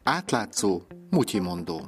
Átlátszó, mutyimondó.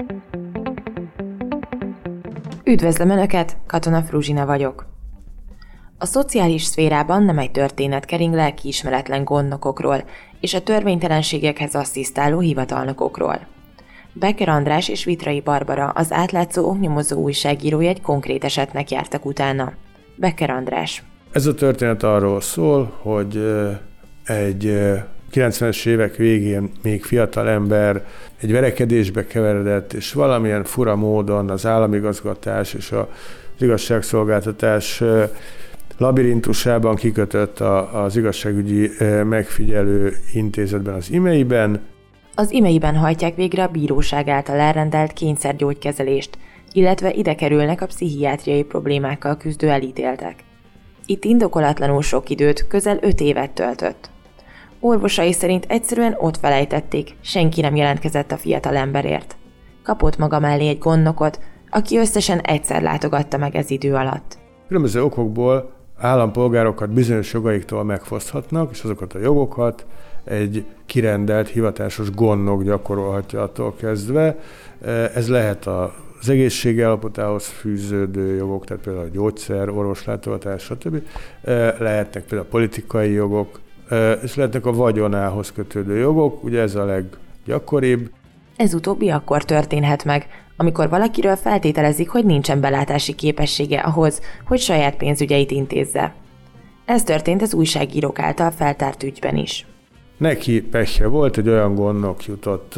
Üdvözlöm Önöket, Katona Fruzsina vagyok. A szociális szférában nem egy történet kering lelkiismeretlen gondnokokról és a törvénytelenségekhez asszisztáló hivatalnokokról. Becker András és Vitrai Barbara, az Átlátszó oknyomozó újságírója egy konkrét esetnek jártak utána. Becker András. Ez a történet arról szól, hogy egy 90-es évek végén még fiatal ember egy verekedésbe keveredett, és valamilyen fura módon az államigazgatás és az igazságszolgáltatás labirintusában kikötött az igazságügyi megfigyelő intézetben, az IMEI-ben. Az IMEI-ben hajtják végre a bíróság által elrendelt kényszergyógykezelést, illetve ide kerülnek a pszichiátriai problémákkal küzdő elítéltek. Itt indokolatlanul sok időt, közel 5 évet töltött. Orvosai szerint egyszerűen ott felejtették, senki nem jelentkezett a fiatal emberért. Kapott maga mellé egy gondnokot, aki összesen egyszer látogatta meg ez idő alatt. Különböző okokból állampolgárokat bizonyos jogaiktól megfoszthatnak, és azokat a jogokat egy kirendelt, hivatásos gondnok gyakorolhatja attól kezdve. Ez lehet az egészségi állapotához fűződő jogok, tehát például a gyógyszer, orvoslátogatás, stb. Lehetnek például politikai jogok, és lehetnek a vagyonához kötődő jogok, ugye ez a leggyakoribb. Ez utóbbi akkor történhet meg, amikor valakiről feltételezik, hogy nincsen belátási képessége ahhoz, hogy saját pénzügyeit intézze. Ez történt az újságírók által feltárt ügyben is. Neki pehje volt, egy olyan gondnok jutott,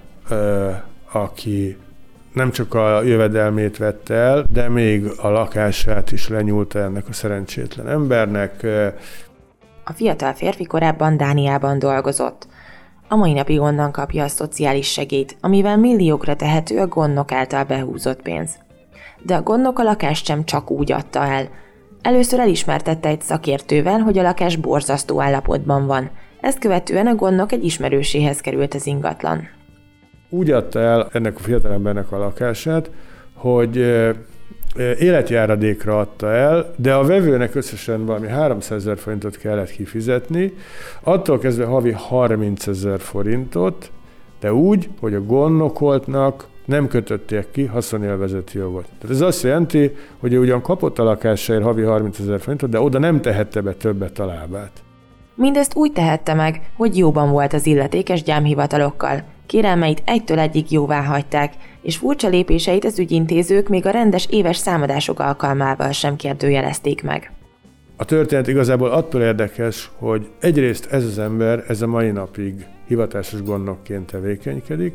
aki nem csak a jövedelmét vette el, de még a lakását is lenyúlta ennek a szerencsétlen embernek. A fiatal férfi korábban Dániában dolgozott. A mai napig onnan kapja a szociális segélyt, amivel milliókra tehető a gondnok által behúzott pénz. De a gondnok a lakást sem csak úgy adta el. Először elismertette egy szakértővel, hogy a lakás borzasztó állapotban van. Ezt követően a gondnok egy ismerőséhez került az ingatlan. Úgy adta el ennek a fiatalembernek a lakását, hogy életjáradékra adta el, de a vevőnek összesen valami 300 000 forintot kellett kifizetni, attól kezdve havi 30 000 forintot, de úgy, hogy a gondnokoltnak nem kötötték ki haszonélvezeti jogot. Tehát ez azt jelenti, hogy ő ugyan kapott a lakásáért havi 30 000 forintot, de oda nem tehette be többet a lábát. Mindezt úgy tehette meg, hogy jóban volt az illetékes gyámhivatalokkal. Kérelmeit 1-től 1-ig jóvá hagyták, és furcsa lépéseit az ügyintézők még a rendes éves számadások alkalmával sem kérdőjelezték meg. A történet igazából attól érdekes, hogy egyrészt ez az ember ez a mai napig hivatásos gondnokként tevékenykedik,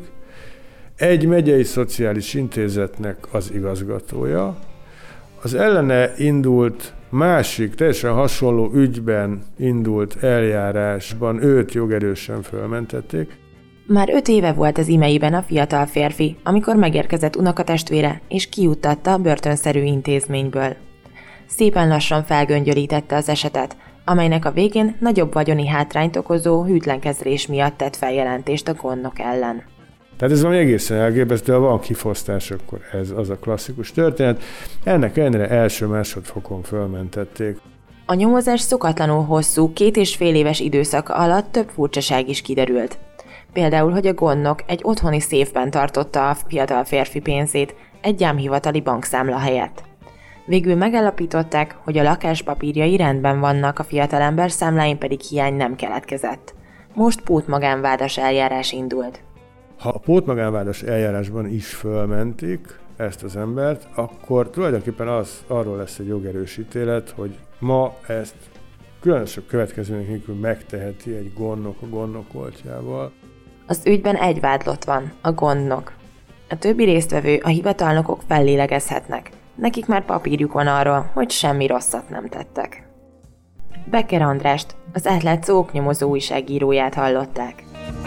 egy megyei szociális intézetnek az igazgatója, az ellene indult másik, teljesen hasonló ügyben indult eljárásban őt jogerősen fölmentették. Már 5 éve volt az IMEI-ben a fiatal férfi, amikor megérkezett unokatestvére és kijuttatta a börtönszerű intézményből. Szépen lassan felgöngyölítette az esetet, amelynek a végén nagyobb vagyoni hátrányt okozó hűtlen kezelés miatt tett feljelentést a gondnok ellen. Tehát ez valami egészen elképesztő, ha van kifosztás, akkor ez az a klasszikus történet. Ennek ellenére első-másodfokon fölmentették. A nyomozás szokatlanul hosszú, 2,5 éves időszak alatt több furcsaság is kiderült. Például, hogy a gondnok egy otthoni széfben tartotta a fiatal férfi pénzét egy gyámhivatali bankszámla helyett. Végül megállapították, hogy a lakás papírjai rendben vannak, a fiatalember számláin pedig hiány nem keletkezett. Most pótmagánvádas eljárás indult. Ha a pótmagánvádas eljárásban is fölmentik ezt az embert, akkor tulajdonképpen arról lesz egy jogerős ítélet, hogy ma ezt különösebb következmények nélkül megteheti egy gondnok a gondnokoltjával. Az ügyben egy vádlott van, a gondnok. A többi résztvevő, a hivatalnokok fellélegezhetnek. Nekik már papírjuk van arról, hogy semmi rosszat nem tettek. Becker Andrást, az Átlátszó oknyomozó újságíróját hallották.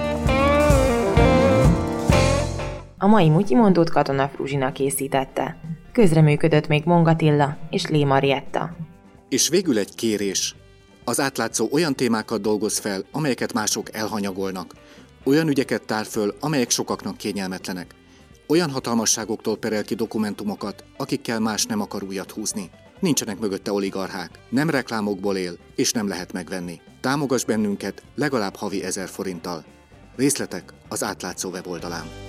A mai mutyimondót Katona Fruzsina készítette. Közreműködött még Monga Attila és Lé Marietta. És végül egy kérés. Az Átlátszó olyan témákat dolgoz fel, amelyeket mások elhanyagolnak. Olyan ügyeket tár föl, amelyek sokaknak kényelmetlenek. Olyan hatalmasságoktól perel ki dokumentumokat, akikkel más nem akar újat húzni. Nincsenek mögötte oligarchák, nem reklámokból él, és nem lehet megvenni. Támogass bennünket legalább havi 1000 forinttal. Részletek az átlátszó weboldalán.